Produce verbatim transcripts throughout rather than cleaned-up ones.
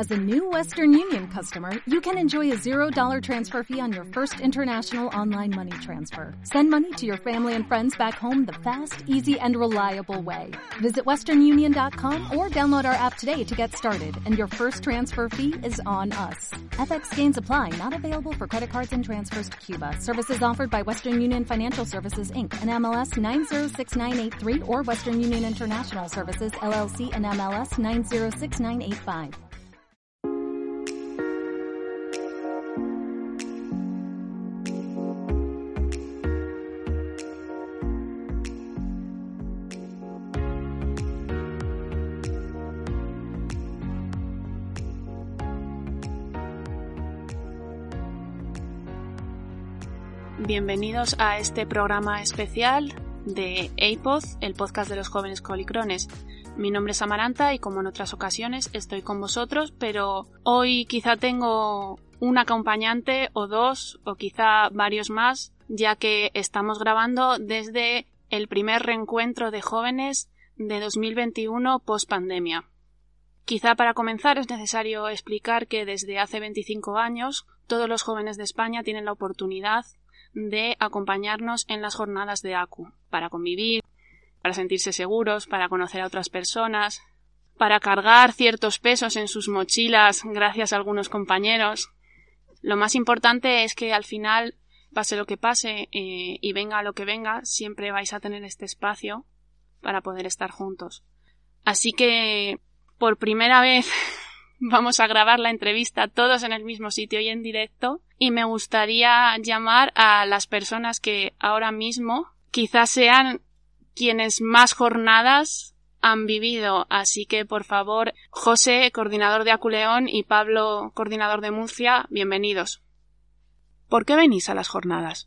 As a new Western Union customer, you can enjoy a zero dollar transfer fee on your first international online money transfer. Send money to your family and friends back home the fast, easy, and reliable way. Visit western union dot com or download our app today to get started, and your first transfer fee is on us. F X gains apply, not available for credit cards and transfers to Cuba. Services offered by Western Union Financial Services, Incorporated, and M L S nine zero six nine eight three or Western Union International Services, L L C, and M L S nine zero six nine eight five. Bienvenidos a este programa especial de A P O D, el podcast de los jóvenes colicrones. Mi nombre es Amaranta y como en otras ocasiones estoy con vosotros, pero hoy quizá tengo un acompañante o dos o quizá varios más, ya que estamos grabando desde el primer reencuentro de jóvenes de dos mil veintiuno post pandemia. Quizá para comenzar es necesario explicar que desde hace veinticinco años todos los jóvenes de España tienen la oportunidad de acompañarnos en las jornadas de A C U, para convivir, para sentirse seguros, para conocer a otras personas, para cargar ciertos pesos en sus mochilas gracias a algunos compañeros. Lo más importante es que al final, pase lo que pase eh, y venga lo que venga, siempre vais a tener este espacio para poder estar juntos. Así que, por primera vez, vamos a grabar la entrevista todos en el mismo sitio y en directo, y me gustaría llamar a las personas que ahora mismo quizás sean quienes más jornadas han vivido. Así que, por favor, José, coordinador de A C U León, y Pablo, coordinador de Murcia, bienvenidos. ¿Por qué venís a las jornadas?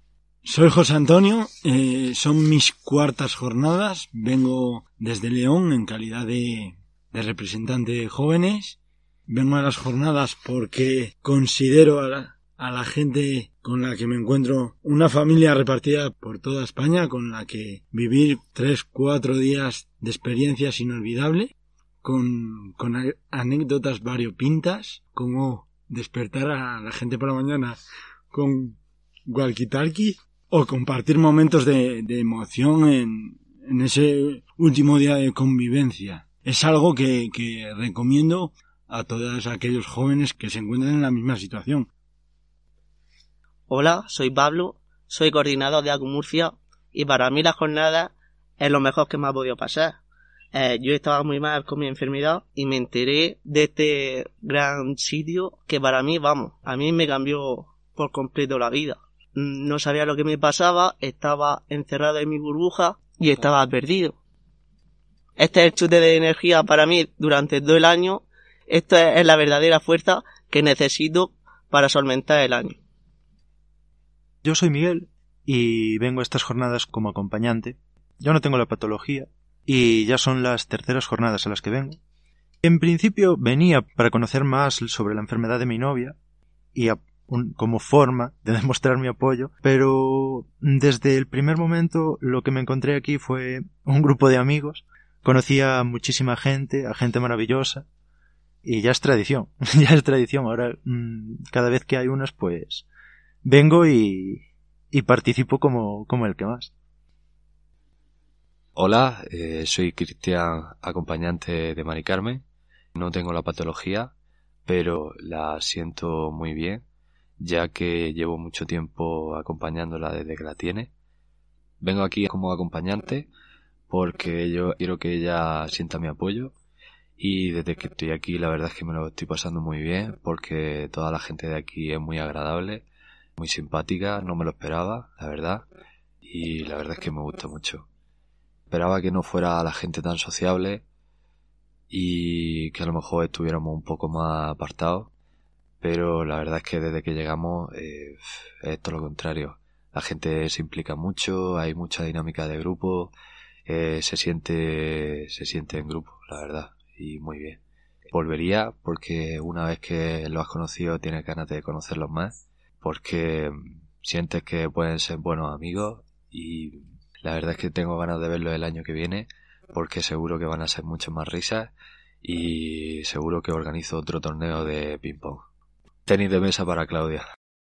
Soy José Antonio, eh, son mis cuartas jornadas, vengo desde León en calidad de, de representante de jóvenes. Vengo a las jornadas porque considero a la, a la gente con la que me encuentro una familia repartida por toda España, con la que vivir tres, cuatro días de experiencias inolvidables, con, con anécdotas variopintas, como despertar a la gente por la mañana con walkie-talkie o compartir momentos de, de emoción en, en ese último día de convivencia. Es algo que, que recomiendo a todos aquellos jóvenes que se encuentran en la misma situación. Hola, soy Pablo, soy coordinador de A C U Murcia y para mí la jornada es lo mejor que me ha podido pasar. Eh, yo estaba muy mal con mi enfermedad y me enteré de este gran sitio que para mí, vamos, a mí me cambió por completo la vida. No sabía lo que me pasaba, estaba encerrado en mi burbuja y estaba perdido. Este es el chute de energía para mí durante todo el año. Esto es la verdadera fuerza que necesito para solventar el año. Yo soy Miguel y vengo a estas jornadas como acompañante. Yo no tengo la patología y ya son las terceras jornadas a las que vengo. En principio venía para conocer más sobre la enfermedad de mi novia y a, un, como forma de demostrar mi apoyo, pero desde el primer momento lo que me encontré aquí fue un grupo de amigos. Conocí a muchísima gente, a gente maravillosa. Y ya es tradición, ya es tradición. Ahora, mmm, cada vez que hay unas, pues, vengo y, y participo como, como el que más. Hola, eh, soy Cristian, acompañante de Mari Carmen. No tengo la patología, pero la siento muy bien, ya que llevo mucho tiempo acompañándola desde que la tiene. Vengo aquí como acompañante porque yo quiero que ella sienta mi apoyo. Y desde que estoy aquí la verdad es que me lo estoy pasando muy bien porque toda la gente de aquí es muy agradable, muy simpática, no me lo esperaba, la verdad, y la verdad es que me gusta mucho. Esperaba que no fuera la gente tan sociable y que a lo mejor estuviéramos un poco más apartados, pero la verdad es que desde que llegamos eh, es todo lo contrario. La gente se implica mucho, hay mucha dinámica de grupo, eh, se siente, se siente en grupo, la verdad. Y muy bien. Volvería porque una vez que lo has conocido tienes ganas de conocerlos más, porque sientes que pueden ser buenos amigos y la verdad es que tengo ganas de verlos el año que viene porque seguro que van a ser mucho más risas y seguro que organizo otro torneo de ping-pong. Tenis de mesa para Claudia.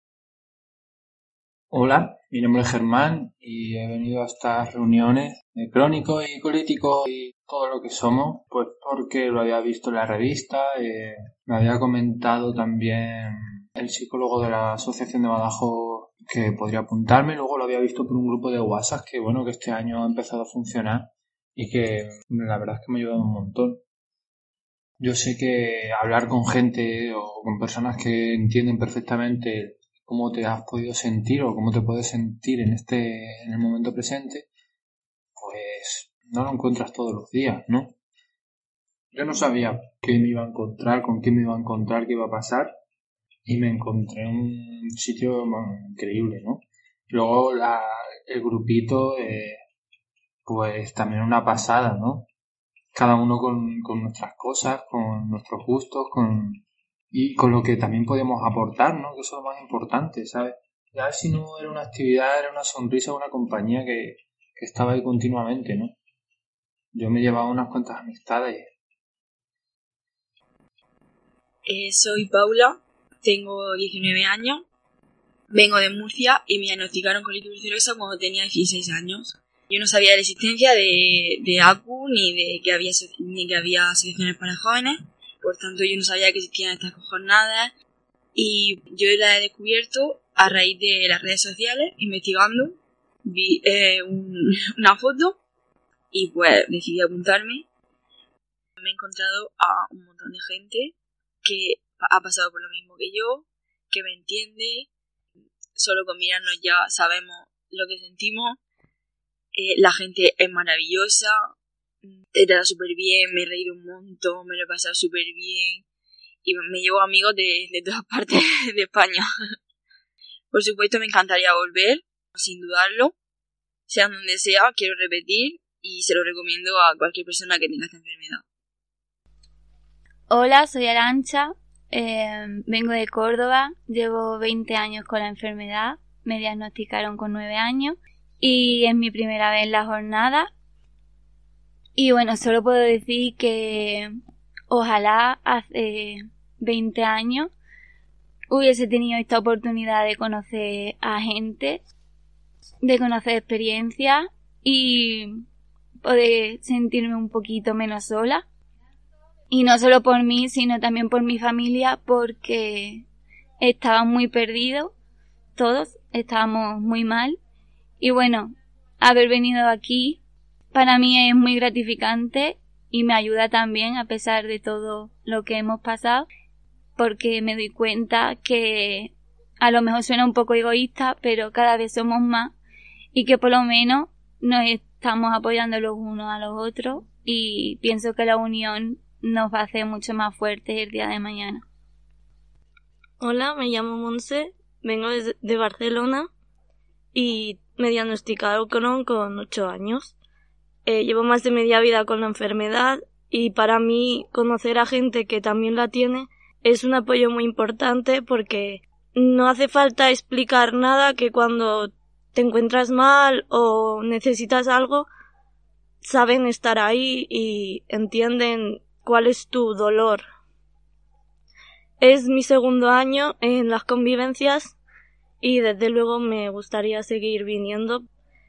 Hola, mi nombre es Germán y he venido a estas reuniones de crónicos y colíticos y todo lo que somos, pues porque lo había visto en la revista, eh, me había comentado también el psicólogo de la Asociación de Badajoz que podría apuntarme, luego lo había visto por un grupo de WhatsApp que bueno, que este año ha empezado a funcionar y que la verdad es que me ha ayudado un montón. Yo sé que hablar con gente o con personas que entienden perfectamente cómo te has podido sentir o cómo te puedes sentir en este en el momento presente, pues no lo encuentras todos los días, ¿no? Yo no sabía qué me iba a encontrar, con quién me iba a encontrar, qué iba a pasar, y me encontré en un sitio bueno, increíble, ¿no? Luego la, el grupito, eh, pues también una pasada, ¿no? Cada uno con, con nuestras cosas, con nuestros gustos, con y con lo que también podemos aportar, ¿no? Que eso es lo más importante, ¿sabes? Ya si no era una actividad, era una sonrisa, una compañía que, que estaba ahí continuamente, ¿no? Yo me llevaba unas cuantas amistades. Eh, soy Paula, tengo diecinueve años, vengo de Murcia y me diagnosticaron colitis ulcerosa cuando tenía dieciséis años. Yo no sabía de la existencia de, de A C U ni de que había, ni que había asociaciones para jóvenes. Por tanto, yo no sabía que existían estas jornadas y yo la he descubierto a raíz de las redes sociales, investigando, vi eh, un, una foto y pues decidí apuntarme. Me he encontrado a un montón de gente que ha pasado por lo mismo que yo, que me entiende, solo con mirarnos ya sabemos lo que sentimos. Eh, la gente es maravillosa. Te trata súper bien, me he reído un montón, me lo he pasado súper bien y me llevo amigos de, de todas partes de España. Por supuesto me encantaría volver, sin dudarlo, sea donde sea, quiero repetir y se lo recomiendo a cualquier persona que tenga esta enfermedad. Hola, soy Arantxa, eh, vengo de Córdoba, llevo veinte años con la enfermedad, me diagnosticaron con nueve años y es mi primera vez en la jornada. Y bueno, solo puedo decir que ojalá hace veinte años hubiese tenido esta oportunidad de conocer a gente, de conocer experiencias y poder sentirme un poquito menos sola. Y no solo por mí, sino también por mi familia, porque estaban muy perdidos, todos estábamos muy mal. Y bueno, haber venido aquí para mí es muy gratificante y me ayuda también a pesar de todo lo que hemos pasado, porque me doy cuenta que a lo mejor suena un poco egoísta, pero cada vez somos más y que por lo menos nos estamos apoyando los unos a los otros y pienso que la unión nos va a hacer mucho más fuertes el día de mañana. Hola, me llamo Monse, vengo de, de Barcelona y me diagnosticaron con, con ocho años. Eh, llevo más de media vida con la enfermedad y para mí conocer a gente que también la tiene es un apoyo muy importante porque no hace falta explicar nada, que cuando te encuentras mal o necesitas algo saben estar ahí y entienden cuál es tu dolor. Es mi segundo año en las convivencias y desde luego me gustaría seguir viniendo.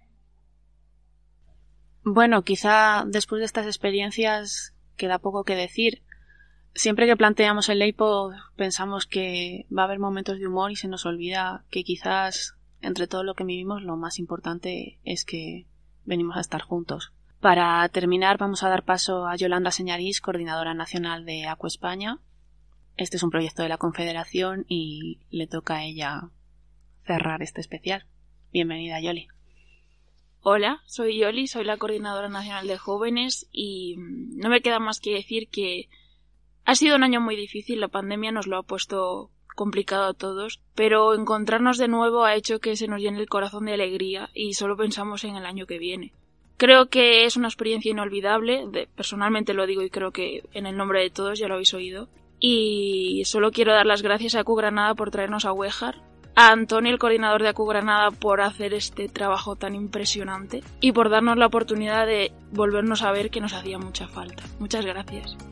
Bueno, quizá después de estas experiencias queda poco que decir. Siempre que planteamos el EIPOD pensamos que va a haber momentos de humor y se nos olvida que quizás entre todo lo que vivimos lo más importante es que venimos a estar juntos. Para terminar vamos a dar paso a Yolanda Señarís, coordinadora nacional de A C U España. Este es un proyecto de la Confederación y le toca a ella cerrar este especial. Bienvenida, Yoli. Hola, soy Yoli, soy la coordinadora nacional de jóvenes y no me queda más que decir que ha sido un año muy difícil, la pandemia nos lo ha puesto complicado a todos, pero encontrarnos de nuevo ha hecho que se nos llene el corazón de alegría y solo pensamos en el año que viene. Creo que es una experiencia inolvidable, de, personalmente lo digo y creo que en el nombre de todos ya lo habéis oído, y solo quiero dar las gracias a A C U Granada por traernos a Huéjar, a Antonio, el coordinador de A C U Granada, por hacer este trabajo tan impresionante y por darnos la oportunidad de volvernos a ver, que nos hacía mucha falta. Muchas gracias.